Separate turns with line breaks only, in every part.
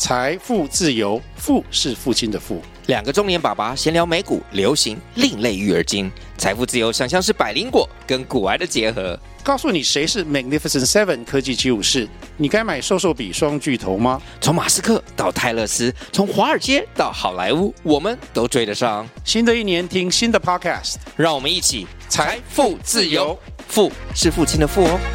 财富自由，富是父亲的富。
两个中年爸爸闲聊美股、流行、另类育儿经。财富自由想象是百灵果跟股癌的结合。
告诉你谁是 Magnificent Seven 科技75士，你该买瘦瘦比双巨头吗？
从马斯克到泰勒斯，从华尔街到好莱坞，我们都追得上。
新的一年听新的 Podcast，
让我们一起
财富自由，
富是父亲的富哦。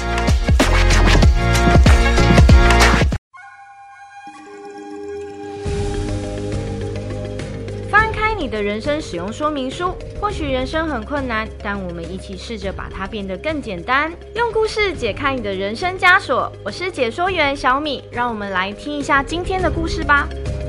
你的人生使用说明书，或许人生很困难，但我们一起试着把它变得更简单，用故事解开你的人生枷锁。我是解说员小米，让我们来听一下今天的故事吧。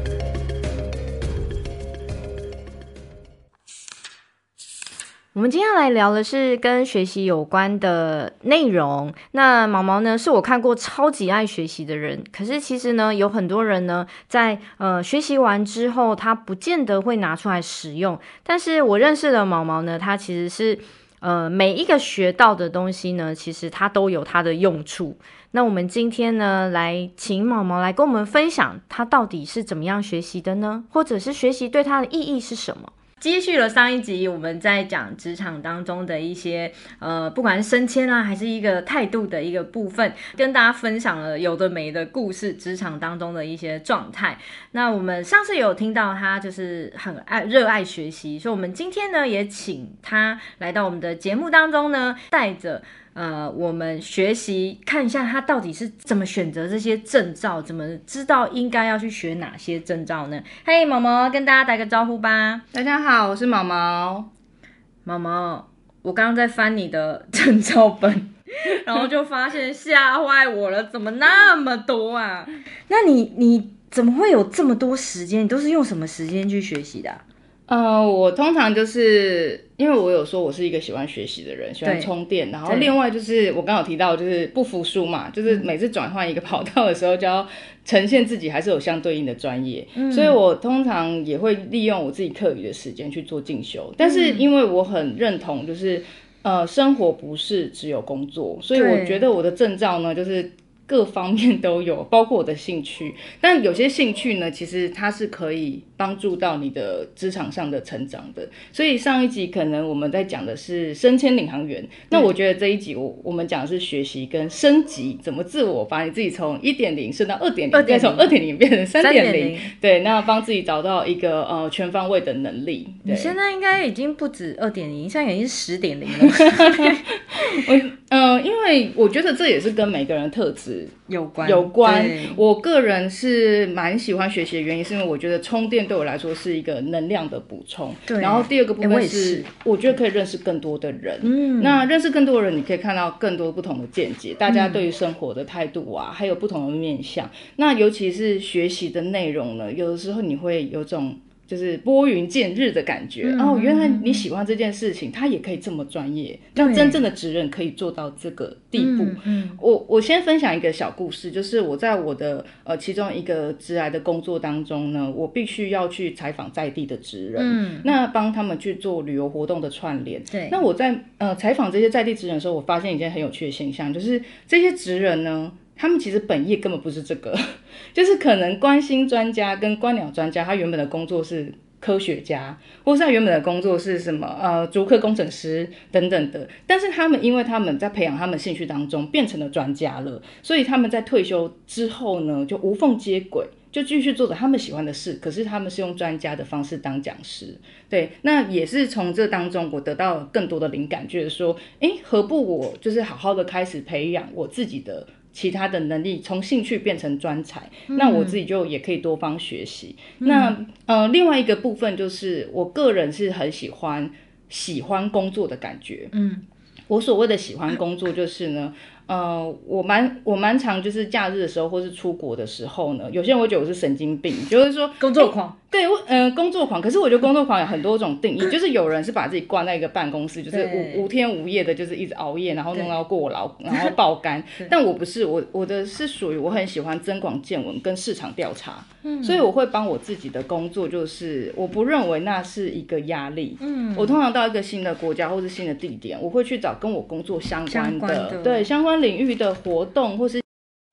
我们今天来聊的是跟学习有关的内容。那毛毛呢，是我看过超级爱学习的人，可是其实呢，有很多人呢，在学习完之后，他不见得会拿出来使用。但是我认识的毛毛呢，他其实是每一个学到的东西呢，其实它都有它的用处。那我们今天呢，来请毛毛来跟我们分享，他到底是怎么样学习的呢？或者是学习对他的意义是什么？接续了上一集，我们在讲职场当中的一些不管是升迁啊，还是一个态度的一个部分，跟大家分享了有的没的故事，职场当中的一些状态。那我们上次有听到他就是很热爱学习，所以我们今天呢也请他来到我们的节目当中呢，带着我们学习看一下他到底是怎么选择这些证照，怎么知道应该要去学哪些证照呢？嘿，毛毛跟大家打个招呼吧。
大家好，我是毛毛。
毛毛，我刚刚在翻你的证照本然后就发现吓坏我了，怎么那么多啊？那你怎么会有这么多时间？你都是用什么时间去学习的
我通常就是因为我有说我是一个喜欢学习的人，喜欢充电，然后另外就是我刚刚有提到就是不服输嘛，就是每次转换一个跑道的时候就要呈现自己还是有相对应的专业，所以我通常也会利用我自己课余的时间去做进修，但是因为我很认同就是生活不是只有工作，所以我觉得我的证照呢就是各方面都有，包括我的兴趣，但有些兴趣呢其实它是可以帮助到你的职场上的成长的，所以上一集可能我们在讲的是升迁领航员，那我觉得这一集我们讲的是学习跟升级，怎么自我把你自己从 1.0 升到 2.0 再从 2.0 变成 3.0， 对，那帮自己找到一个全方位的能力。
你现在应该已经不止 2.0， 现在已经是 10.0 了
因为我觉得这也是跟每个人的特质
有关。
我个人是蛮喜欢学习的原因是因为我觉得充电对我来说是一个能量的补充，对。然后第二个部分是我觉得可以认识更多的人，那认识更多的人你可以看到更多不同的见解，大家对于生活的态度啊，还有不同的面向，那尤其是学习的内容呢，有的时候你会有种就是拨云见日的感觉，原来你喜欢这件事情它也可以这么专业，让真正的职人可以做到这个地步。我先分享一个小故事，就是我在我的其中一个职涯的工作当中呢，我必须要去采访在地的职人，那帮他们去做旅游活动的串联。对，那我在采访这些在地职人的时候，我发现一件很有趣的现象，就是这些职人呢他们其实本业根本不是这个就是可能观星专家跟观鸟专家他原本的工作是科学家，或是他原本的工作是什么竹科工程师等等的，但是他们因为他们在培养他们兴趣当中变成了专家了，所以他们在退休之后呢就无缝接轨，就继续做着他们喜欢的事，可是他们是用专家的方式当讲师。对，那也是从这当中我得到更多的灵感，觉得说何不我就是好好的开始培养我自己的其他的能力，从兴趣变成专才，那我自己就也可以多方学习。那另外一个部分就是我个人是很喜欢工作的感觉。我所谓的喜欢工作就是呢我蛮常就是假日的时候或是出国的时候呢，有些人会觉得我是神经病，就是说
工作狂。
对，工作狂，可是我觉得工作狂有很多种定义，就是有人是把自己关在一个办公室，就是无天无夜的，就是一直熬夜，然后弄到过劳，然后爆肝。但我不是，我的是属于我很喜欢增广见闻跟市场调查，所以我会帮我自己的工作，就是我不认为那是一个压力。我通常到一个新的国家或是新的地点，我会去找跟我工作相关的对相关领域的活动或是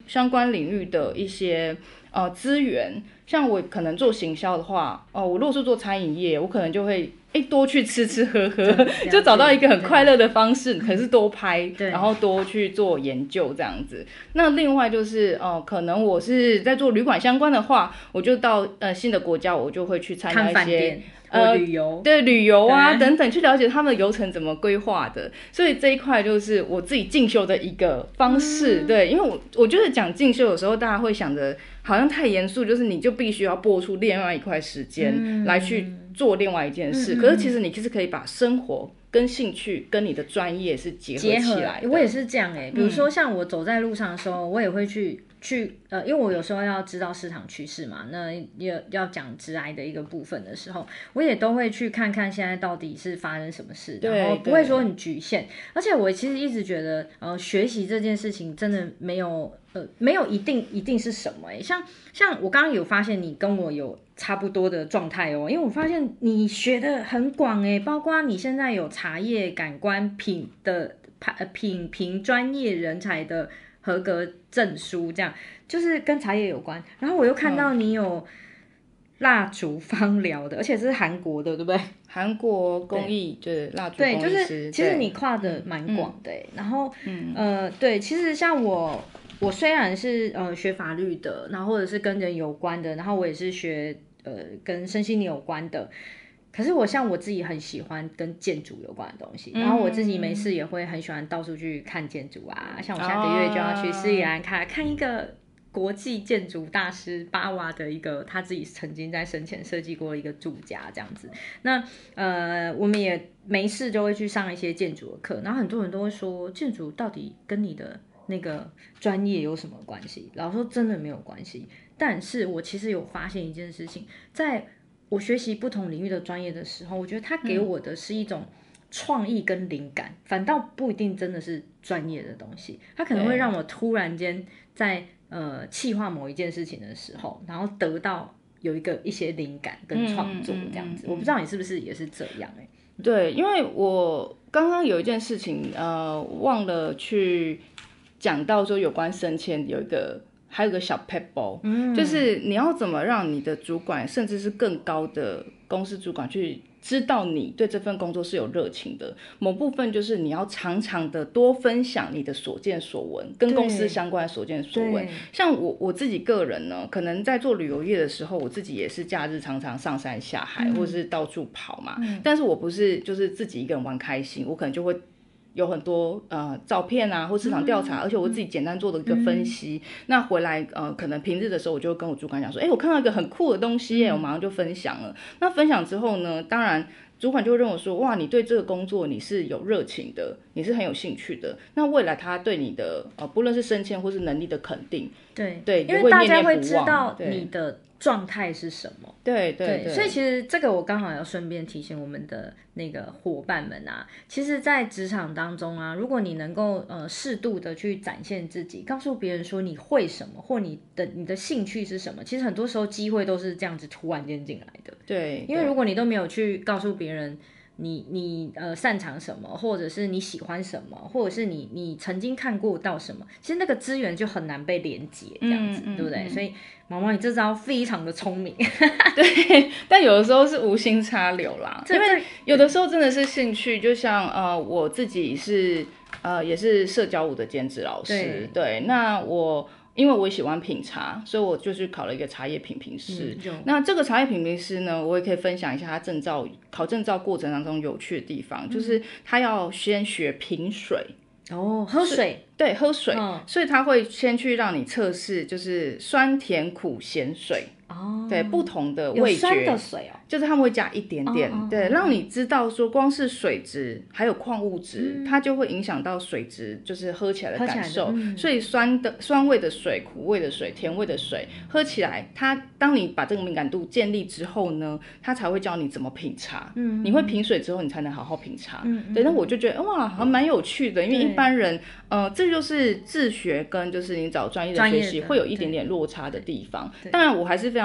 相关领域的一些资源。像我可能做行销的话，我如果是做餐饮业，我可能就会多去吃吃喝喝，就找到一个很快乐的方式，可是多拍，然后多去做研究这样子。那另外就是可能我是在做旅馆相关的话，我就到新的国家，我就会去参加一些
旅游，
对，旅游啊等等，去了解他们的游程怎么规划的。所以这一块就是我自己进修的一个方式。对，因为我觉得讲进修有时候大家会想着好像太严肃，就是你就必须要拨出另外一块时间来去做另外一件事。可是其实你其实可以把生活跟兴趣跟你的专业是结合起来的。
我也是这样比如说像我走在路上的时候，我也会去因为我有时候要知道市场趋势嘛，那要讲职涯的一个部分的时候，我也都会去看看现在到底是发生什么事，然后不会说很局限。而且我其实一直觉得学习这件事情真的没有一定是什么像我刚刚有发现你跟我有差不多的状态因为我发现你学的很广包括你现在有茶叶感官品的品评专业人才的合格证书，这样就是跟茶叶有关。然后我又看到你有蜡烛芳疗的，而且是韩国的，对不对？
韩国工艺就是蜡烛工艺师，
对，就是其实你跨的蛮广的然后对，其实像我虽然是学法律的，然后或者是跟人有关的，然后我也是学跟身心灵有关的。可是我自己很喜欢跟建筑有关的东西，然后我自己没事也会很喜欢到处去看建筑啊，像我下个月就要去斯里兰卡看一个国际建筑大师巴瓦的一个他自己曾经在生前设计过的一个住家这样子。那我们也没事就会去上一些建筑的课，然后很多人都会说建筑到底跟你的那个专业有什么关系？老实说真的没有关系，但是我其实有发现一件事情，在我学习不同领域的专业的时候，我觉得它给我的是一种创意跟灵感，反倒不一定真的是专业的东西。它可能会让我突然间在企划某一件事情的时候，然后得到有一些灵感跟创作这样子。我不知道你是不是也是这样
对，因为我刚刚有一件事情忘了去讲到说有关升迁还有个小 pebble，就是你要怎么让你的主管甚至是更高的公司主管去知道你对这份工作是有热情的。某部分就是你要常常的多分享你的所见所闻，跟公司相关的所见所闻。像我自己个人呢，可能在做旅游业的时候，我自己也是假日常常上山下海，或是到处跑嘛。但是我不是就是自己一个人玩开心，我可能就会有很多照片啊，或市场调查，而且我自己简单做的一个分析。那回来可能平日的时候，我就跟我主管讲说，我看到一个很酷的东西我马上就分享了。那分享之后呢，当然主管就会认为说，哇，你对这个工作你是有热情的，你是很有兴趣的。那未来他对你的不论是升迁或是能力的肯定，对，
因为大家会知道你的状态是什么。
对，
所以其实这个我刚好要顺便提醒我们的那个伙伴们啊，其实在职场当中啊，如果你能够适度的去展现自己，告诉别人说你会什么，或你的兴趣是什么，其实很多时候机会都是这样子突然间进来的。
对，
因为如果你都没有去告诉别人你擅长什么，或者是你喜欢什么，或者是你曾经看过到什么，其实那个资源就很难被连接这样子，对不对？所以毛毛你这招非常的聪明。
对，但有的时候是无心插柳啦，因为有的时候真的是兴趣，就像我自己是也是社交舞的兼职老师，对，那因为我也喜欢品茶，所以我就去考了一个茶叶品评师。那这个茶叶品评师呢，我也可以分享一下他考证照过程当中有趣的地方，就是他要先学品水。
喝水。
对，喝水，所以他会先去让你测试，就是酸甜苦咸水。对，不同的味觉，
有酸的水
就是他们会加一点点，对，让你知道说光是水质还有矿物质，它就会影响到水质，就是喝起来的感受。所以酸味的水、苦味的水、甜味的水，喝起来，当你把这个敏感度建立之后呢，它才会教你怎么品茶。你会品水之后，你才能好好品茶。对，那我就觉得哇，还蛮有趣的，因为一般人这就是自学跟就是你找专业的学习会有一点点落差的地方。当然，我还是非常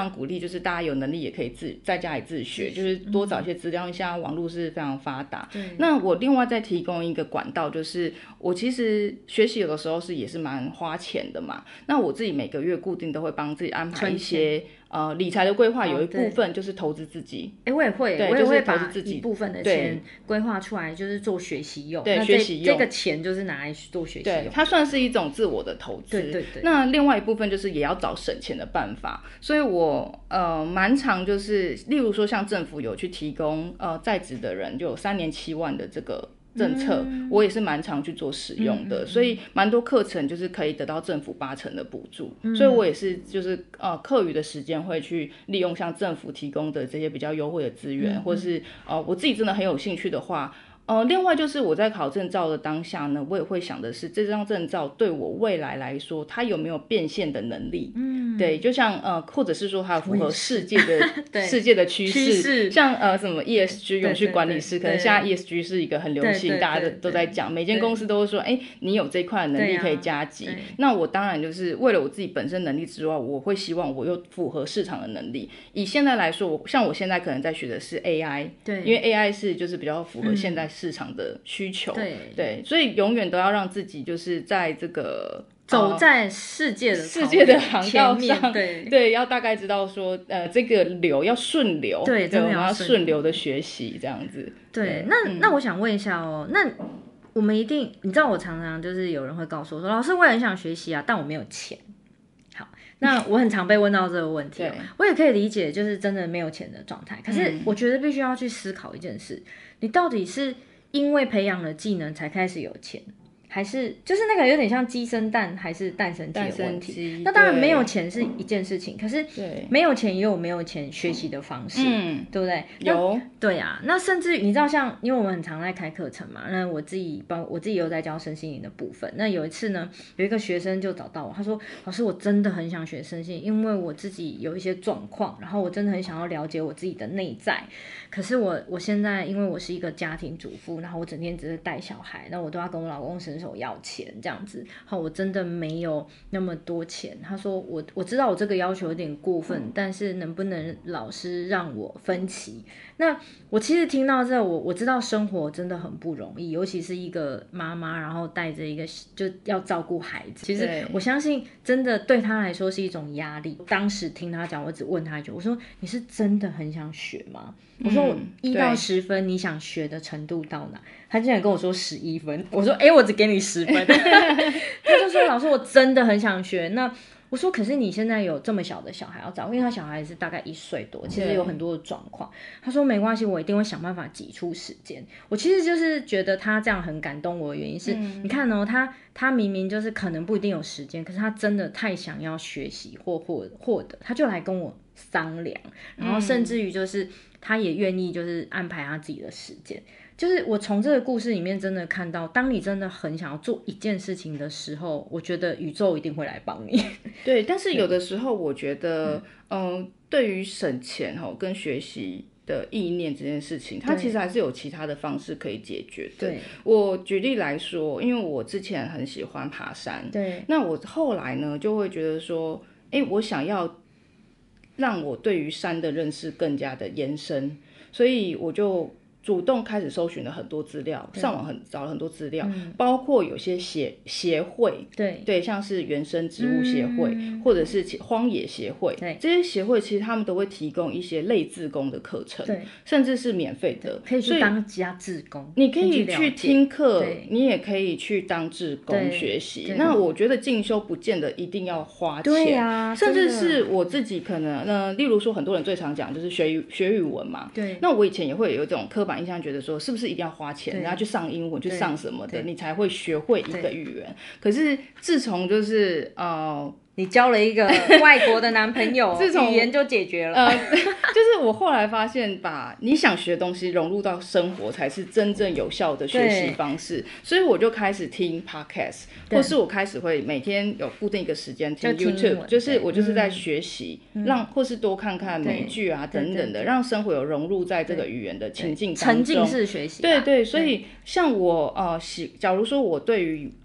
常鼓励，就是大家有能力也可以在家里自学，就是多找一些资料，因为现在网络是非常发达。那我另外再提供一个管道，就是我其实学习有的时候也是蛮花钱的嘛，那我自己每个月固定都会帮自己安排一些理财的规划，有一部分就是投资自己。
我也会，
对，
我也会
投资自己
一部分的钱规划出来，就是做学习用。
对，学习用
这个钱就是拿来做学习用。
对，它算是一种自我的投资。
对。
那另外一部分就是也要找省钱的办法，所以我蛮常就是，例如说像政府有去提供在职的人就有3年7万的这个政策，我也是蛮常去做使用的，所以蛮多课程就是可以得到政府80%的补助，所以我也是就是课余的时间会去利用像政府提供的这些比较优惠的资源，或是我自己真的很有兴趣的话。另外就是我在考证照的当下呢，我也会想的是这张证照对我未来来说，它有没有变现的能力？对，就像或者是说它符合世界的趋势，像什么 ESG 永续管理师，可能现在 ESG 是一个很流行，大家都在讲，每间公司都会说，你有这块能力可以加级。那我当然就是为了我自己本身能力之外，我会希望我又符合市场的能力。以现在来说，像我现在可能在学的是 AI， 对，因为 AI 是就是比较符合现在市场的需求，对，所以永远都要让自己就是在这个
走在世界
的航道上，对，要大概知道说这个流要顺流，对，我们要顺流的学习这样子。
对，那我想问一下那我们一定，你知道我常常就是有人会告诉我说，老师我也很想学习啊，但我没有钱。好，那我很常被问到这个问题我也可以理解就是真的没有钱的状态，可是我觉得必须要去思考一件事，你到底是因为培养了技能才开始有钱，还是就是那个有点像鸡生蛋还是蛋生鸡的问题。那当然没有钱是一件事情，可是没有钱也有没有钱学习的方式，对不对？有，对啊。那甚至你知道像因为我们很常在开课程嘛，那我自己也有在教身心灵的部分。那有一次呢，有一个学生就找到我，他说老师我真的很想学身心，因为我自己有一些状况，然后我真的很想要了解我自己的内在，可是我现在因为我是一个家庭主妇，然后我整天只是带小孩，那我都要跟我老公伸手要钱这样子，好，我真的没有那么多钱。他说我知道我这个要求有点过分，但是能不能老师让我分期？那我其实听到这我知道生活真的很不容易，尤其是一个妈妈，然后带着一个就要照顾孩子，其实我相信真的对他来说是一种压力。当时听他讲，我只问他一句，我说你是真的很想学吗？我说1到10分你想学的程度到哪？他竟然跟我说11分，我说我只给你10分他就说老师我真的很想学。那我说可是你现在有这么小的小孩要照顾，因为他小孩是大概1岁多，其实有很多的状况。他说没关系，我一定会想办法挤出时间。我其实就是觉得他这样很感动我的原因是，你看他明明就是可能不一定有时间，可是他真的太想要学习或获得，他就来跟我商量，然后甚至于就是他也愿意就是安排他自己的时间。就是我从这个故事里面真的看到，当你真的很想要做一件事情的时候，我觉得宇宙一定会来帮你。
对，但是有的时候我觉得对于省钱跟学习的意念这件事情，它其实还是有其他的方式可以解决的。对，我举例来说，因为我之前很喜欢爬山，对，那我后来呢就会觉得说我想要让我对于山的认识更加的延伸，所以我就主动开始搜寻了很多资料，上网找了很多资料，包括有些协会，对，像是原生植物协会，或者是荒野协会，这些协会其实他们都会提供一些类志工的课程，甚至是免费的，
可以去当家志工，
你可以去听课，你也可以去当志工学习。那我觉得进修不见得一定要花钱，对啊，甚至是我自己可能例如说很多人最常讲就是学语文嘛，对，那我以前也会有一种刻板印象，觉得说是不是一定要花钱，然后去上英文，去上什么的，你才会学会一个语言。可是自从就是
你交了一个外国的男朋友，语言就解决了。
就是我后来发现，把你想学的东西融入到生活，才是真正有效的学习方式。所以我就开始听 podcast， 或是我开始会每天有固定一个时间听 YouTube， 就是我就是在学习，或是多看看美剧啊等等的，让生活有融入在这个语言的情境当中，
沉浸式学习。
对，所以像我假如说我对于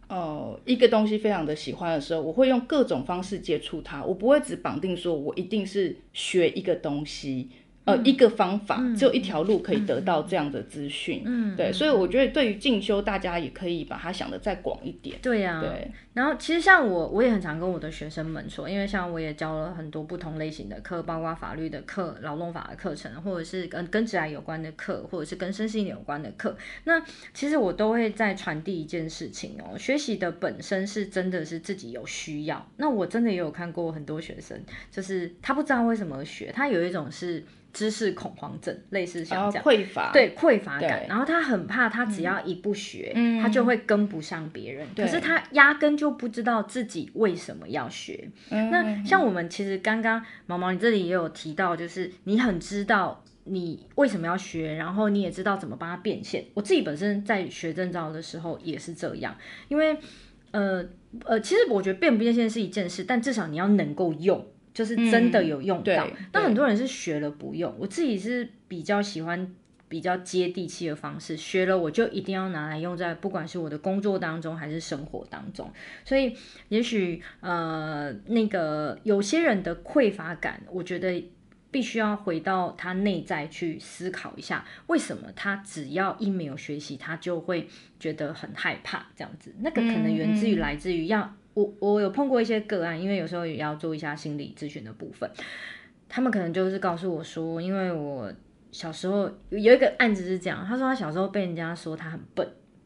一个东西非常的喜欢的时候，我会用各种方式接触它，我不会只绑定说我一定是学一个东西。一个方法，只有一条路可以得到这样的资讯。对，所以我觉得对于进修，大家也可以把它想得再广一点。
对啊，对。然后其实像我也很常跟我的学生们说，因为像我也教了很多不同类型的课，包括法律的课、劳动法的课程，或者是跟职涯有关的课，或者是跟身心有关的课。那其实我都会在传递一件事情哦，学习的本身是真的是自己有需要。那我真的也有看过很多学生，就是他不知道为什么而学，他有一种是知识恐慌症，类似像这样
匮乏，
对，匮乏感，然后他很怕他只要一不学，他就会跟不上别人，可是他压根就不知道自己为什么要学。那像我们其实刚刚毛毛你这里也有提到，就是你很知道你为什么要学，然后你也知道怎么帮他变现。我自己本身在学证照的时候也是这样，因为其实我觉得变不变现是一件事，但至少你要能够用，就是真的有用到。那很多人是学了不用，我自己是比较喜欢比较接地气的方式，学了我就一定要拿来用在不管是我的工作当中还是生活当中。所以也许那个有些人的匮乏感，我觉得必须要回到他内在去思考一下，为什么他只要一没有学习，他就会觉得很害怕这样子。那个可能源自于来自于我有碰过一些个案，因为有时候也要做一下心理咨询的部分，他们可能就是告诉我说，因为我小时候有一个案子是这样，他说他小时候被人家说他很笨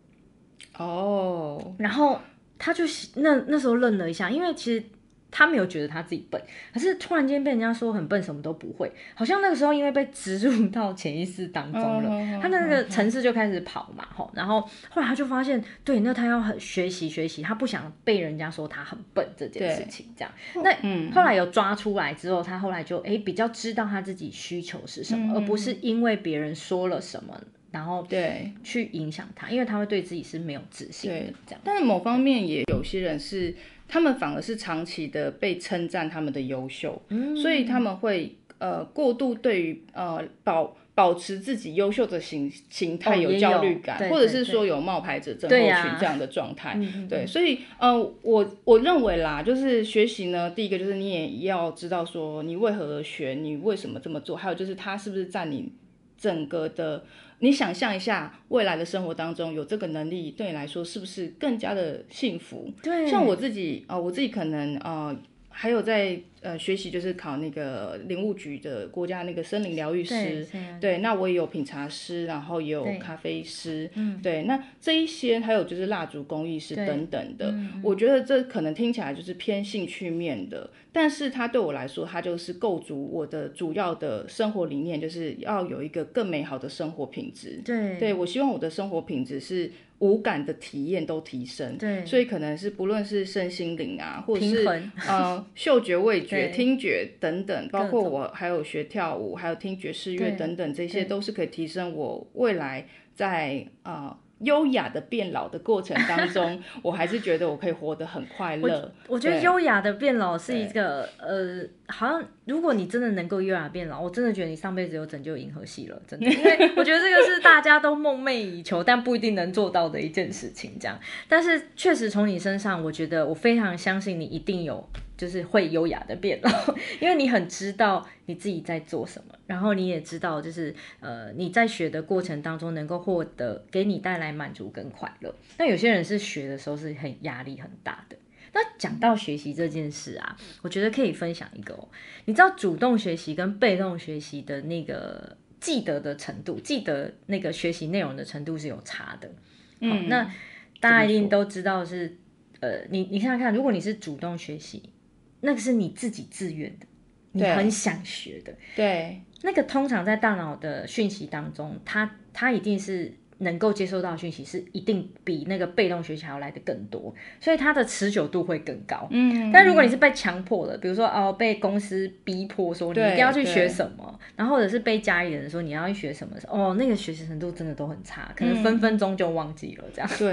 然后他就那时候愣了一下，因为其实他没有觉得他自己笨，可是突然间被人家说很笨，什么都不会，好像那个时候因为被植入到潜意识当中了，他那个程式就开始跑嘛，然后后来他就发现，对，那他要很学习，他不想被人家说他很笨这件事情，这样。那后来有抓出来之后，他后来就比较知道他自己需求是什么，而不是因为别人说了什么然后去影响他，因为他会对自己是没有自信的这样。
但是某方面也有些人是他们反而是长期的被称赞他们的优秀，所以他们会过度对于保持自己优秀的形态有焦虑感，或者是说有冒牌者症候群这样的状态。对，所以我认为啦，就是学习呢，第一个就是你也要知道说你为何而学，你为什么这么做，还有就是它是不是在你整个的，你想象一下未来的生活当中有这个能力，对你来说是不是更加的幸福？
对，
像我自己可能还有在学习，就是考那个林务局的国家那个森林疗愈师，对，那我也有品茶师，然后也有咖啡师，对，那这一些还有就是蜡烛工艺师等等的，我觉得这可能听起来就是偏兴趣面的，但是它对我来说，它就是构筑我的主要的生活理念，就是要有一个更美好的生活品质。对，我希望我的生活品质是五感的体验都提升，对，所以可能是不论是身心灵啊，或者是嗅觉、味觉、听觉等等，包括我还有学跳舞，还有听爵士乐等等，这些都是可以提升我未来在优雅的变老的过程当中我还是觉得我可以活得很快乐。
我觉得优雅的变老是一个好像如果你真的能够优雅变老，我真的觉得你上辈子有拯救银河系了，真的，因为我觉得这个是大家都梦寐以求但不一定能做到的一件事情这样。但是确实从你身上，我觉得我非常相信你一定有就是会优雅的变老，因为你很知道你自己在做什么，然后你也知道就是你在学的过程当中能够获得给你带来满足跟快乐。那有些人是学的时候是很压力很大的。那讲到学习这件事啊，我觉得可以分享一个你知道主动学习跟被动学习的那个记得的程度，记得那个学习内容的程度是有差的。那大家一定都知道是你想想看，如果你是主动学习，那个是你自己自愿的，你很想学的，
对，
那个通常在大脑的讯息当中，它一定是能够接收到的讯息是一定比那个被动学习还要来的更多，所以它的持久度会更高。但如果你是被强迫的，比如说被公司逼迫说你一定要去学什么，然后或者是被家里人说你要去学什么，那个学习程度真的都很差，可能分分钟就忘记了这样。
对，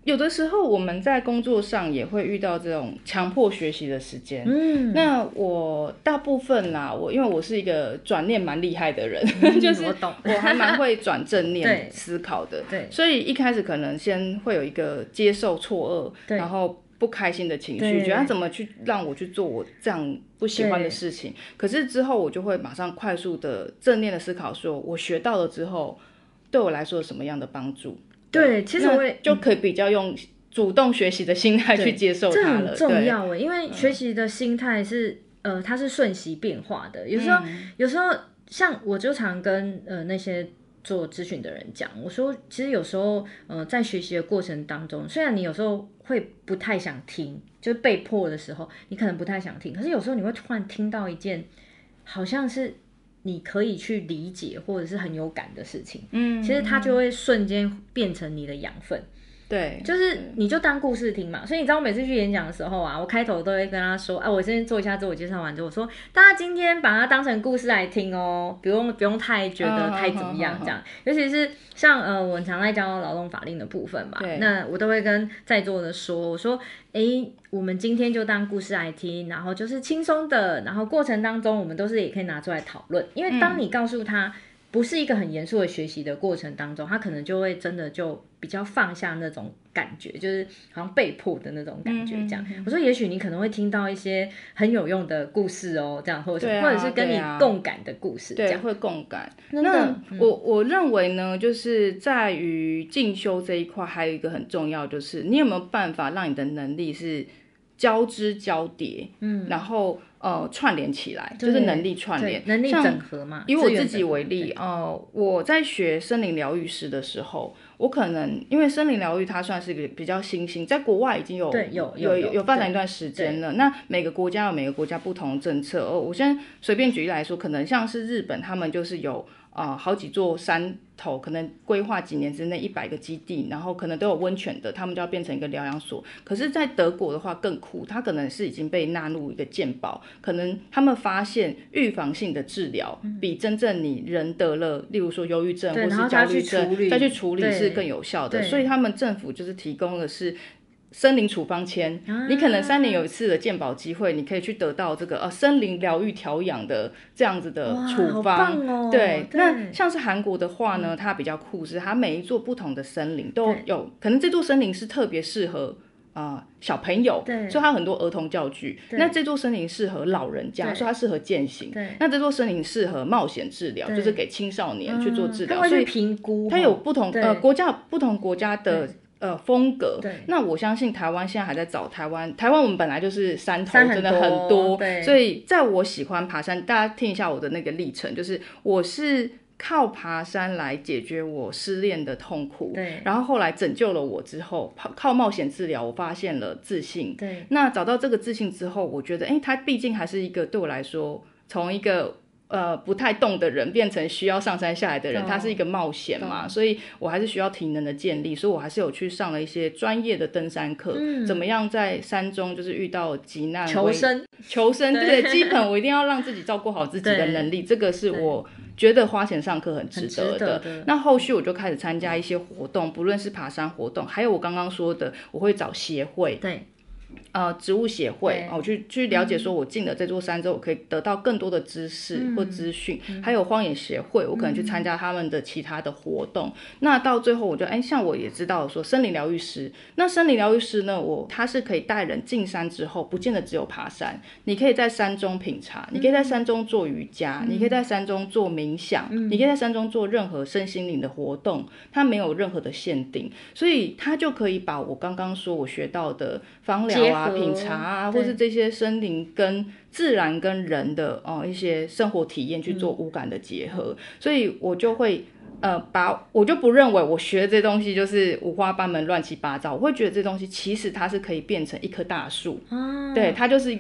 有的时候我们在工作上也会遇到这种强迫学习的时间。那我大部分啦，因为我是一个转念蛮厉害的人，就是我还蛮会转正念思考的。对，所以一开始可能先会有一个接受错愕，然后不开心的情绪，觉得他怎么去让我去做我这样不喜欢的事情。可是之后我就会马上快速的正念的思考，说我学到了之后对我来说有什么样的帮助。
对，其实我也
就可以比较用主动学习的心态去接受它了。
这很重要耶，因为学习的心态是它是瞬息变化的。有时候像我就常跟那些做咨询的人讲，我说其实有时候在学习的过程当中，虽然你有时候会不太想听，就是被迫的时候你可能不太想听，可是有时候你会突然听到一件好像是你可以去理解或者是很有感的事情，其实它就会瞬间变成你的养分。对，就是你就当故事听嘛。所以你知道我每次去演讲的时候啊，我开头都会跟他说我先做一下自我介绍完之后，我说大家今天把它当成故事来听哦，不用太觉得太怎么样这样。尤其是像我很常在教劳动法令的部分嘛，那我都会跟在座的说，我说我们今天就当故事来听，然后就是轻松的，然后过程当中我们都是也可以拿出来讨论。因为当你告诉他不是一个很严肃的学习的过程当中，他可能就会真的就比较放下那种感觉，就是好像被迫的那种感觉这样。我说也许你可能会听到一些很有用的故事哦，这样或者是跟你共感的故事这样。
对，会共感。那我认为呢，就是在于进修这一块还有一个很重要，就是你有没有办法让你的能力是交织交叠，然后串联起来，就是能力串联，
能力整合嘛。
以我自己为例，我在学森林疗愈师的时候，我可能因为森林疗愈它算是一个比较新兴，在国外已经有发展一段时间了。那每个国家有每个国家不同的政策。我先随便举例来说，可能像是日本，他们就是有好几座山头，可能规划几年之内100个基地，然后可能都有温泉的，他们就要变成一个疗养所。可是在德国的话更酷，它可能是已经被纳入一个健保，可能他们发现预防性的治疗比真正你人得了例如说忧郁症或是焦虑症再去处理是更有效的。所以他们政府就是提供的是森林处方签，你可能3年有一次的健保机会，你可以去得到这个森林疗愈调养的这样子的处方。
好棒哦。
对，那像是韩国的话呢，它比较酷，是它每一座不同的森林都有，可能这座森林是特别适合小朋友，所以它有很多儿童教具。那这座森林适合老人家，所以它适合健行。那这座森林适合冒险治疗，就是给青少年去做治疗。
所以评估
它有不同国家有不同国家的风格。那我相信台湾现在还在找台湾我们本来就是山头真的很多，所以在我喜欢爬山，大家听一下我的那个历程，就是我是靠爬山来解决我失恋的痛苦，然后后来拯救了我之后，靠冒险治疗我发现了自信。那找到这个自信之后，我觉得它毕竟还是一个对我来说，从一个不太动的人变成需要上山下来的人，它是一个冒险嘛，所以我还是需要体能的建立，所以我还是有去上了一些专业的登山课，怎么样在山中就是遇到急难求生，对，基本我一定要让自己照顾好自己的能力，这个是我觉得花钱上课很值得的。那后续我就开始参加一些活动，不论是爬山活动，还有我刚刚说的我会找协会，植物协会，我去了解说我进了这座山之后我可以得到更多的知识或资讯，还有荒野协会，我可能去参加他们的其他的活动。那到最后我就像我也知道说森林疗愈师，那森林疗愈师呢，他是可以带人进山之后不见得只有爬山，你可以在山中品茶，你可以在山中做瑜伽，你可以在山中做冥想，你可以在山中做任何身心灵的活动，它没有任何的限定，所以他就可以把我刚刚说我学到的芳疗品茶或是这些森林跟自然跟人的一些生活体验去做五感的结合，所以我就会我就不认为我学的这东西就是五花八门乱七八糟，我会觉得这东西其实它是可以变成一棵大树，对，它就是一个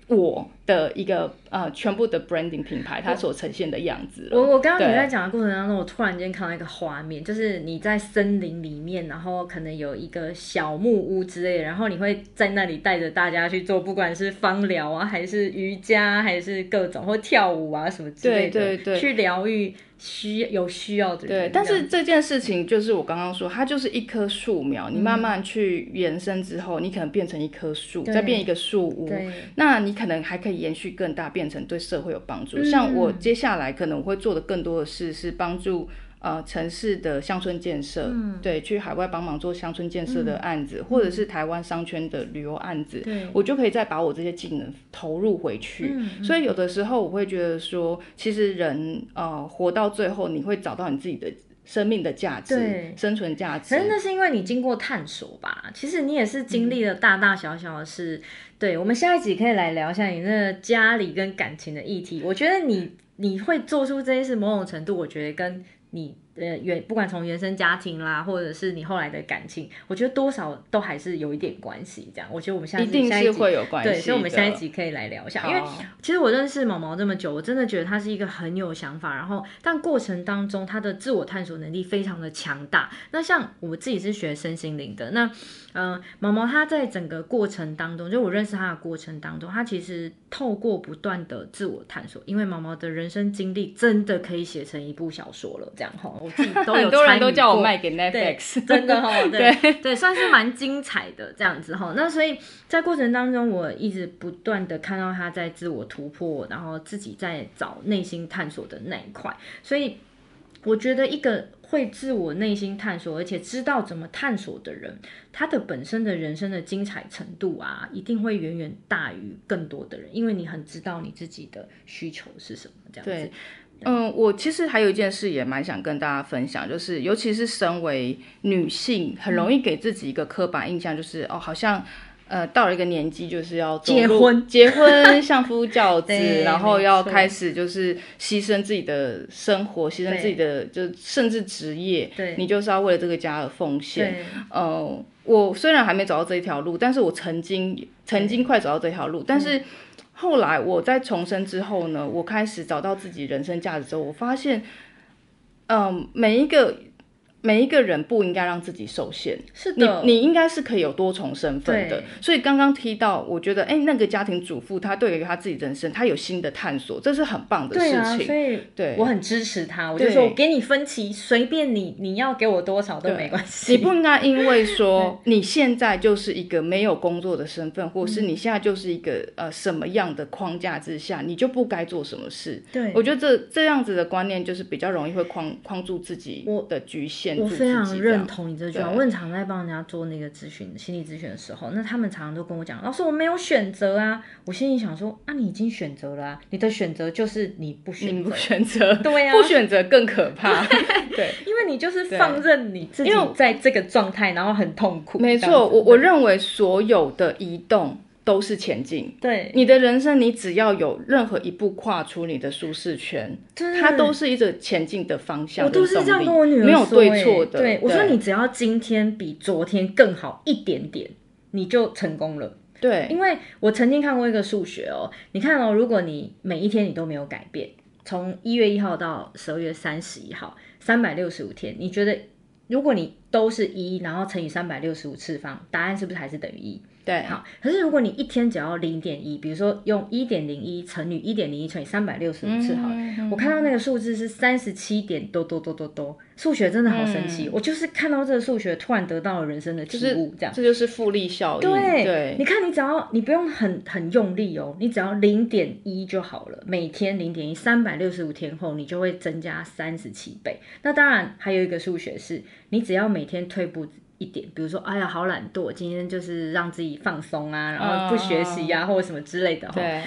我的一个全部的 branding 品牌它所呈现的样子了。
我刚刚你在讲的过程当中，我突然间看到一个画面，就是你在森林里面，然后可能有一个小木屋之类的，然后你会在那里带着大家去做，不管是芳疗啊，还是瑜伽，还是各种或跳舞啊什么之类的，
对对对，
去疗愈有需要的人。
对，但是这件事情就是我刚刚说，它就是一棵树苗，你慢慢去延伸之后，你可能变成一棵树，再变一个树屋，那你可能还可以延续更大，变成对社会有帮助。像我接下来可能我会做的更多的事是帮助城市的乡村建设，对，去海外帮忙做乡村建设的案子，或者是台湾商圈的旅游案子，我就可以再把我这些技能投入回去。所以有的时候我会觉得说，其实人活到最后，你会找到你自己的生命的价值，生存价值。
可是那是因为你经过探索吧，其实你也是经历了大大小小的事。对，我们下一集可以来聊一下你那个家里跟感情的议题。我觉得你会做出这些事，某种程度我觉得跟你不管从原生家庭啦，或者是你后来的感情，我觉得多少都还是有一点关系。这样，我觉得我们下一集
一定是会有关系的。
对，所以我们下一集可以来聊一下。因为其实我认识毛毛这么久，我真的觉得他是一个很有想法，然后但过程当中他的自我探索能力非常的强大。那像我自己是学身心灵的，那毛毛他在整个过程当中，就我认识他的过程当中，他其实透过不断的自我探索，因为毛毛的人生经历真的可以写成一部小说了，这样齁，我自己都有参与过，
很多人都叫我卖给 Netflix，
真的齁，对，算是蛮精彩的这样子齁。那所以在过程当中，我一直不断的看到他在自我突破，然后自己在找内心探索的那一块，所以我觉得一个会自我内心探索，而且知道怎么探索的人，他的本身的人生的精彩程度啊，一定会远远大于更多的人，因为你很知道你自己的需求是什么，这样子。
对，我其实还有一件事也蛮想跟大家分享，就是尤其是身为女性，很容易给自己一个刻板印象，就是好像到了一个年纪就是要
结
婚相夫教子然后要开始就是牺牲自己的生活，牺牲自己的就甚至职业，你就是要为了这个家而奉献。我虽然还没走到这一条路，但是我曾经快走到这条路，但是后来我在重生之后呢，我开始找到自己人生价值之后，我发现每一个人不应该让自己受限，
是的，
你应该是可以有多重身份的。所以刚刚提到，我觉得那个家庭主妇她对于她自己人生，她有新的探索，这是很棒的事情。
所以我很支持她，我就说我给你分期，随便你要给我多少都没关系。
你不应该因为说你现在就是一个没有工作的身份，或是你现在就是一个什么样的框架之下，你就不该做什么事。
对，
我觉得这样子的观念就是比较容易会框住自己的局限。
我非常认同你这句话，我很常在帮人家做那个心理咨询的时候，那他们常常都跟我讲，老师我没有选择啊，我心里想说你已经选择了啊，你的选择就是你不选择，对啊，
不选择更可怕，对，
因为你就是放任你自己在这个状态，然后很痛苦。
没错，我认为所有的移动都是前进，
对，
你的人生，你只要有任何一步跨出你的舒适圈，它都是一个前进的方向。
我都是这样跟我女儿说，
没有对错的。
对，我说你只要今天比昨天更好一点点，你就成功了。
对，
因为我曾经看过一个数学你看如果你每一天你都没有改变，从1月1号到12月31号，365天，你觉得如果你都是1，然后乘以365次方，答案是不是还是等于1？
对，
好。可是如果你一天只要0.1，比如说用1.01乘以1.01乘以365次好了，我看到那个数字是37点多，数学真的好神奇。我就是看到这个数学，突然得到了人生的体悟，这
就是复利效应。
对，你看你不用很用力你只要0.1就好了，每天0.1，365天后你就会增加37倍。那当然还有一个数学是，你只要每天退步一点，比如说哎呀好懒惰，今天就是让自己放松啊，然后不学习啊，或者什么之类的
对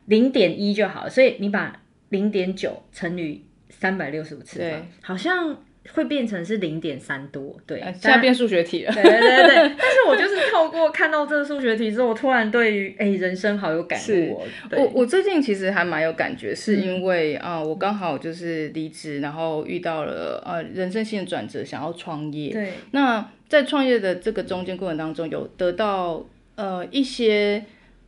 ，0.1就好了。所以你把0.9乘以365次方，好像会变成是0.3多，对，
现在变数学题了。
对。但是我就是透过看到这个数学题之后，我突然对于人生好有感悟。
我最近其实还蛮有感觉，是因为我刚好就是离职，然后遇到了人生新的转折，想要创业。
对，
那在创业的这个中间过程当中，有得到一些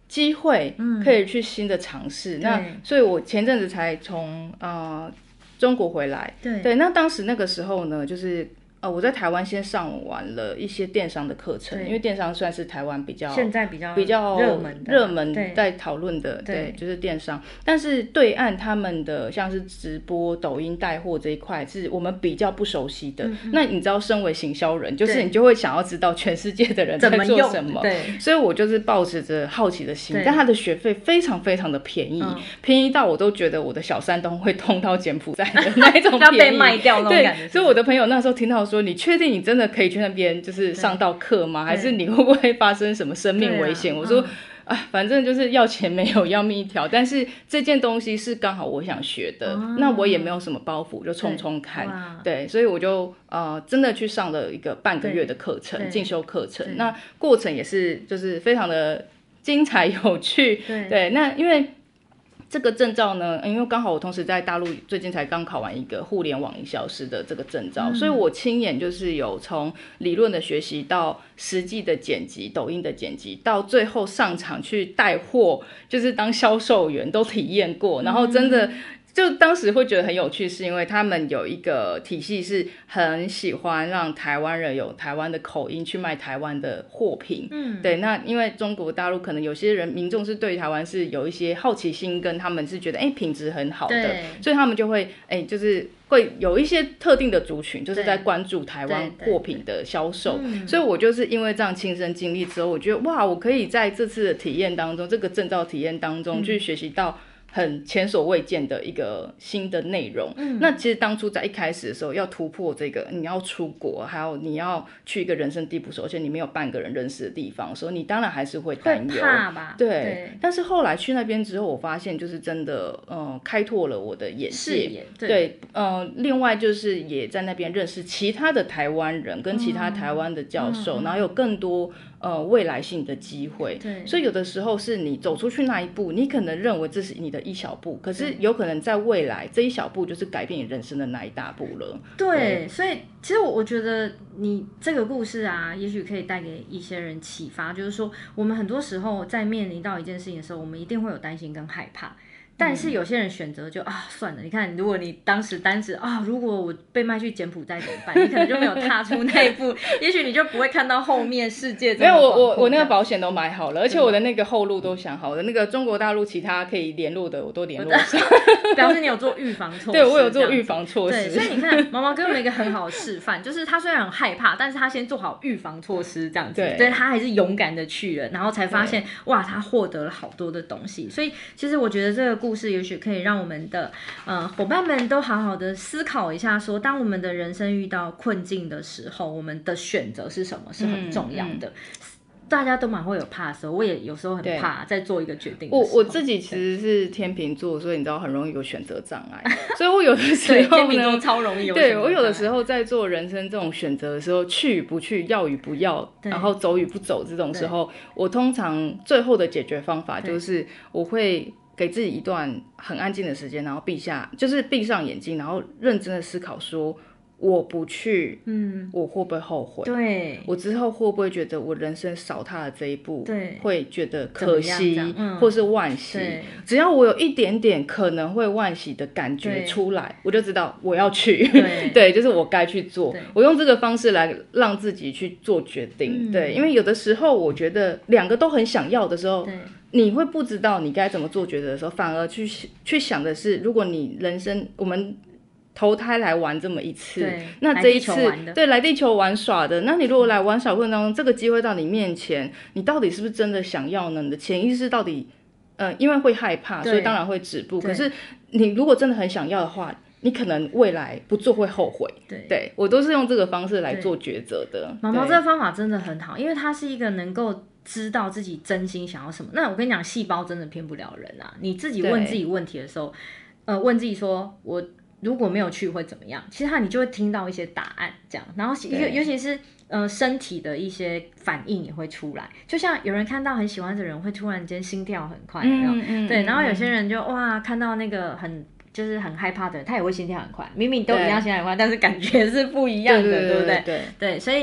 机会可以去新的尝试。那所以我前阵子才从中国回来。对，那当时那个时候呢，就是我在台湾先上完了一些电商的课程，因为电商算是台湾
现在比较
热门在讨论的，对，就是电商。但是对岸他们的像是直播、抖音带货这一块是我们比较不熟悉的。那你知道，身为行销人，就是你就会想要知道全世界的人在做什么，对，所以我就是抱持着好奇的心。但他的学费非常非常的便宜，便宜到我都觉得我的小山东会通到柬埔寨的那一种便宜，
要被卖掉那种感觉。
对，所以我的朋友那时候听到说，你确定你真的可以去那边就是上到课吗？还是你会不会发生什么生命危险？我说反正就是要钱没有，要命一条。但是这件东西是刚好我想学的，那我也没有什么包袱，就冲冲看。对，所以我就真的去上了一个半个月的课程，进修课程。那过程也是就是非常的精彩有趣。对，那因为这个证照呢，因为刚好我同时在大陆最近才刚考完一个互联网营销师的这个证照，所以我亲眼就是有从理论的学习到实际的剪辑，抖音的剪辑，到最后上场去带货，就是当销售员都体验过，然后真的就当时会觉得很有趣，是因为他们有一个体系是很喜欢让台湾人有台湾的口音去卖台湾的货品。对，那因为中国大陆可能有些人民众是对台湾是有一些好奇心，跟他们是觉得品质很好的，所以他们就会就是会有一些特定的族群就是在关注台湾货品的销售。所以我就是因为这样亲身经历之后，我觉得哇，我可以在这次的体验当中，这个证照体验当中去学习到很前所未见的一个新的内容。那其实当初在一开始的时候要突破这个你要出国，还有你要去一个人生地不熟，而且你没有半个人认识的地方的时候，你当然还是会担忧，
会怕吧。
对，但是后来去那边之后，我发现就是真的开拓了我的眼界。对，另外就是也在那边认识其他的台湾人跟其他台湾的教授，然后有更多未来性的机会。对，所以有的时候是你走出去那一步，你可能认为这是你的一小步，可是有可能在未来这一小步就是改变你人生的那一大步了。
对，所以其实我觉得你这个故事啊，也许可以带给一些人启发，就是说我们很多时候在面临到一件事情的时候，我们一定会有担心跟害怕。但是有些人选择就算了，你看，如果你当时如果我被卖去柬埔寨怎么办？你可能就没有踏出那一步，也许你就不会看到后面世界这么广阔。
没有，我那个保险都买好了，而且我的那个后路都想好了，那个中国大陆其他可以联络的我都联络上，
表示你有做预防措施。
对，我有做预防措施。
对，所以你看，毛毛给我们一个很好的示范，就是他虽然很害怕，但是他先做好预防措施，这样子，对，他还是勇敢的去了，然后才发现哇，他获得了好多的东西。所以其实我觉得这个故事也许可以让我们的伙伴们都好好的思考一下说，当我们的人生遇到困境的时候，我们的选择是什么是很重要的。大家都蛮会有怕的时候，我也有时候很怕在做一个决定的时候。
我自己其实是天秤座，所以你知道很容易有选择障碍，所以我有的时候
天秤座超容易有选择障碍。
对，我有的时候在做人生这种选择的时候，去与不去，要与不要，然后走与不走这种时候，我通常最后的解决方法就是我会给自己一段很安静的时间，然后闭上眼睛，然后认真的思考说，我不去，我会不会后悔？对，我之后会不会觉得我人生少踏了这一步？对，会觉得可惜，或是惋惜。只要我有一点点可能会惋惜的感觉出来，我就知道我要去。对，就是我该去做。我用这个方式来让自己去做决定。对，因为有的时候我觉得两个都很想要的时候，你会不知道你该怎么做抉择的时候，反而去想的是，如果你人生我们投胎来玩这么一次，那这一次来地球玩耍的，那你如果来玩耍过程当中，这个机会到你面前，你到底是不是真的想要呢？你的潜意识到底因为会害怕，所以当然会止步。可是你如果真的很想要的话，你可能未来不做会后悔。对，我都是用这个方式来做抉择的。
毛毛这个方法真的很好，因为它是一个能够知道自己真心想要什么。那我跟你讲，细胞真的骗不了人啊！你自己问自己问题的时候，问自己说，我如果没有去会怎么样？其实你就会听到一些答案，这样。然后尤其是身体的一些反应也会出来。就像有人看到很喜欢的人，会突然间心跳很快，对。然后有些人就哇，看到那个就是很害怕的人，他也会心跳很快。明明都一样心跳很快，但是感觉是不一样的，对不对？对，所以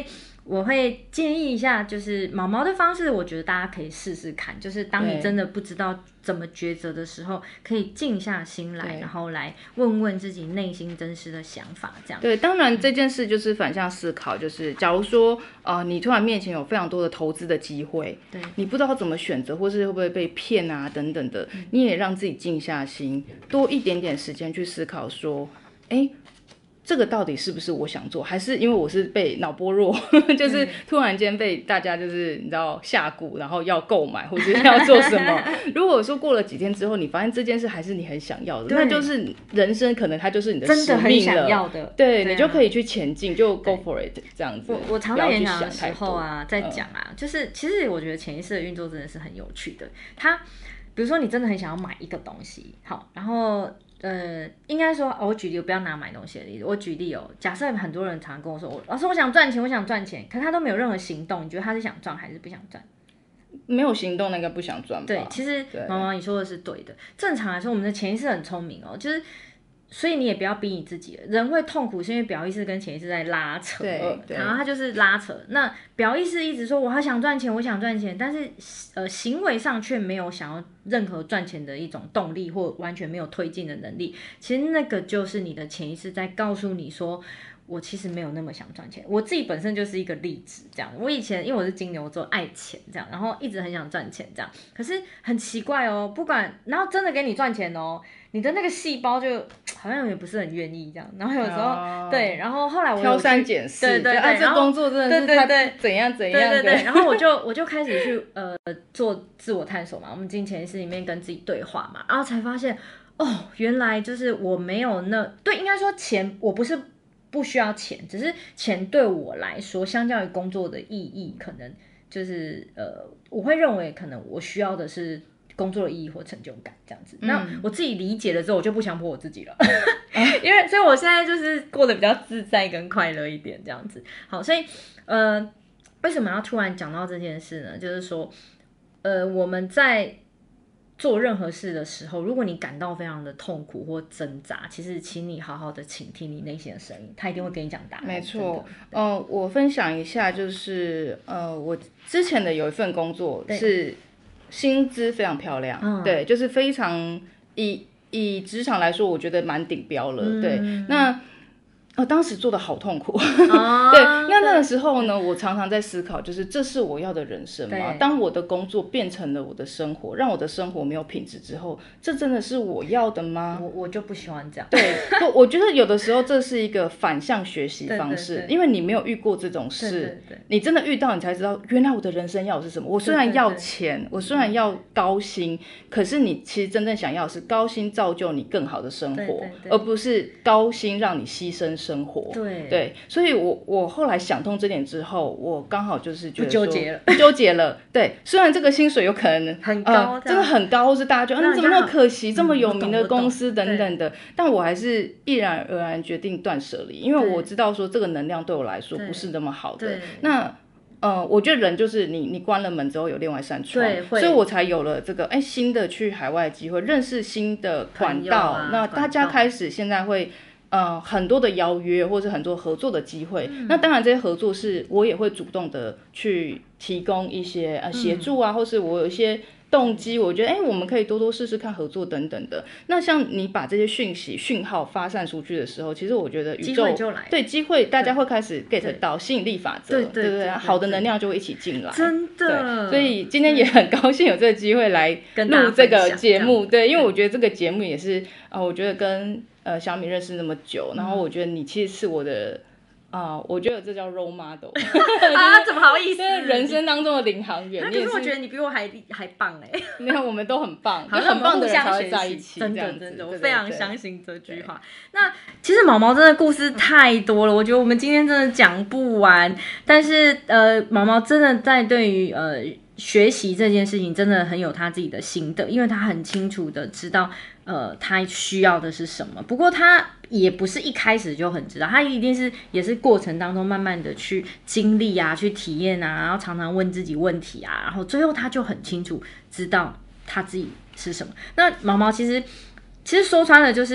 我会建议一下，就是毛毛的方式，我觉得大家可以试试看。就是当你真的不知道怎么抉择的时候，可以静下心来，然后来问问自己内心真实的想法，这样。
对，当然这件事就是反向思考，就是假如说你突然面前有非常多的投资的机会，对，你不知道怎么选择，或是会不会被骗啊等等的，你也让自己静下心，多一点点时间去思考说，这个到底是不是我想做，还是因为我是被脑波弱，就是突然间被大家就是你知道下蛊，然后要购买或者要做什么？如果说过了几天之后，你发现这件事还是你很想要的，那就是人生可能它就是你的使命了，真的很想要的，对，你就可以去前进，就 go for it 这样子。
我常在演讲的时候啊，在讲啊，就是其实我觉得潜意识的运作真的是很有趣的。它比如说你真的很想要买一个东西，好，然后应该说，我举例，我不要拿买东西的例子，我举例假设很多人常跟我说，老师我想赚钱，我想赚钱，可是他都没有任何行动，你觉得他是想赚还是不想赚？
没有行动，那个不想赚吧？
对，其实毛毛你说的是对的。正常来说，我们的潜意识很聪明就是所以你也不要逼你自己了。人会痛苦是因为表意识跟潜意识在拉扯，然后他就是拉扯。那表意识一直说我好想赚钱，我想赚钱，但是行为上却没有想要任何赚钱的一种动力，或完全没有推进的能力。其实那个就是你的潜意识在告诉你说，我其实没有那么想赚钱。我自己本身就是一个例子，这样。我以前因为我是金牛座，爱钱这样，然后一直很想赚钱这样。可是很奇怪不管，然后真的给你赚钱你的那个细胞就好像也不是很愿意这样。然后有时候对，然后后来我
挑三拣四，
对，
这工作真的是太怎样怎样的，
对。然后我就开始去做自我探索嘛，我们进潜意识里面跟自己对话嘛，然后才发现原来就是我没有应该说钱我不是不需要钱，只是钱对我来说，相较于工作的意义，可能就是我会认为可能我需要的是工作的意义或成就感这样子。那我自己理解了之后，我就不强迫我自己了，因为所以我现在就是过得比较自在跟快乐一点这样子。好，所以为什么要突然讲到这件事呢？就是说我们在做任何事的时候，如果你感到非常的痛苦或挣扎，其实请你好好的倾听你内心的声音，他一定会跟你讲答案。
没错，我分享一下，就是我之前的有一份工作是薪资非常漂亮，对，就是非常以职场来说，我觉得蛮顶标了，对，那。当时做的好痛苦，对，那个时候呢，我常常在思考，就是这是我要的人生吗？当我的工作变成了我的生活，让我的生活没有品质之后，这真的是我要的吗？
我就不喜欢这样。
对，我觉得有的时候这是一个反向学习方式，因为你没有遇过这种事，你真的遇到，你才知道原来我的人生要的是什么。我虽然要钱，我虽然要高薪，可是你其实真正想要的是高薪造就你更好的生活，而不是高薪让你牺牲生活。对，所以我后来想通这点之后，我刚好就是觉得说不纠结了。对，虽然这个薪水有可能
很高，
真的很高，或是大家觉得怎么那么可惜，这么有名的公司等等的，但我还是毅然而然决定断舍离，因为我知道说这个能量对我来说不是那么好的。那我觉得人就是你关了门之后有另外一扇窗，所以我才有了这个新的去海外的机会，认识新的管道。那大家开始现在会很多的邀约或者很多合作的机会，那当然这些合作是我也会主动的去提供一些协助或是我有一些动机，我觉得我们可以多多试试看合作等等的。那像你把这些讯号发散出去的时候，其实我觉得宇宙对机会大家会开始 get 到吸引力法则，对不对？好的能量就会一起进来，
真的。
所以今天也很高兴有这个机会来录这个节目，对，因为我觉得这个节目也是我觉得跟小米认识那么久，然后我觉得你其实是我的我觉得这叫 role model
怎么好意思？
人生当中的领航员。
可是我觉得你比我还棒
没有，我们都很棒，很棒的人才会在一起。
真的，我非常相信这句话。那其实毛毛真的故事太多了，我觉得我们今天真的讲不完。但是毛毛真的在对于学习这件事情真的很有他自己的心得，因为他很清楚的知道他需要的是什么。不过他也不是一开始就很知道，他一定是也是过程当中慢慢的去经历去体验然后常常问自己问题然后最后他就很清楚知道他自己是什么。那毛毛其实说穿了就是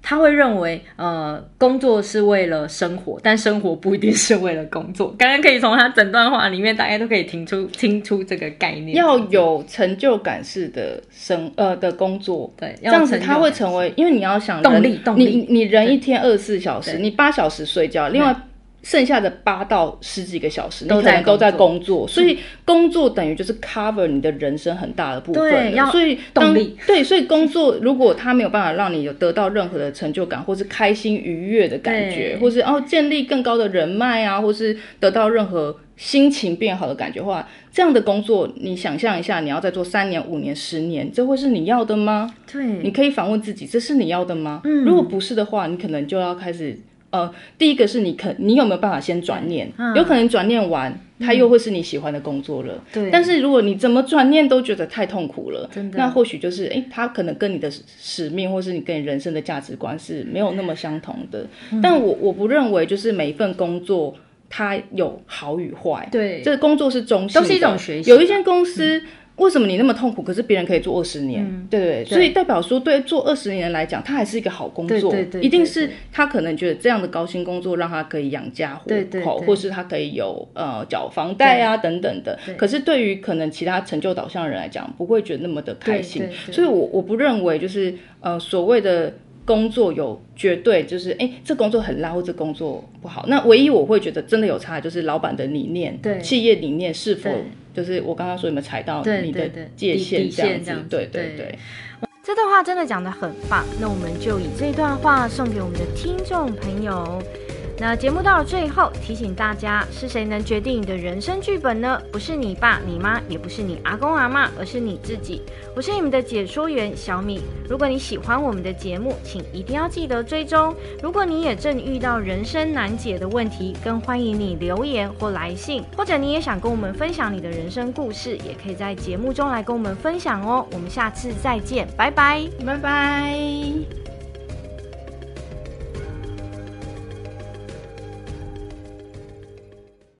他会认为工作是为了生活，但生活不一定是为了工作。刚刚可以从他整段话里面大概都可以听出这个概念，
要有成就感式的的工作，
对，
这样子他会成为，因为你要想
动力，
你人一天24小时，你8小时睡觉，另外剩下的8到10几个小时，你可能都在工作，所以工作等于就是 cover 你的人生很大的部分。
对，要
所以
动力。
对，所以工作如果它没有办法让你有得到任何的成就感，或是开心愉悦的感觉，或是建立更高的人脉啊，或是得到任何心情变好的感觉的话，这样的工作你想象一下，你要再做3年、5年、10年，这会是你要的吗？
对，
你可以反问自己，这是你要的吗？如果不是的话，你可能就要开始。第一个是你有没有办法先转念？有可能转念完，它又会是你喜欢的工作了。
对。
但是如果你怎么转念都觉得太痛苦了，真的，那或许就是它可能跟你的使命，或是你跟你人生的价值观是没有那么相同的。但我不认为就是每一份工作它有好与坏。
对，
这个工作是中性的，
都是一种学习。
有一间公司。为什么你那么痛苦？可是别人可以做20年，对不对？所以代表说，对做20年来讲，它还是一个好工作。对，一定是他可能觉得这样的高薪工作让他可以养家糊口，或是他可以有缴房贷啊等等的。可是对于可能其他成就导向的人来讲，不会觉得那么的开心。所以我不认为就是所谓的工作有绝对就是这工作很烂或这工作不好。那唯一我会觉得真的有差，就是老板的理念，企业理念是否。就是我刚刚说有没有踩到你的界限这样子，对。
这段话真的讲得很棒，那我们就以这段话送给我们的听众朋友。那节目到了最后，提醒大家，是谁能决定你的人生剧本呢？不是你爸你妈，也不是你阿公阿嬷，而是你自己。我是你们的解说员小米。如果你喜欢我们的节目，请一定要记得追踪。如果你也正遇到人生难解的问题，更欢迎你留言或来信，或者你也想跟我们分享你的人生故事，也可以在节目中来跟我们分享哦。我们下次再见，拜拜，
拜拜。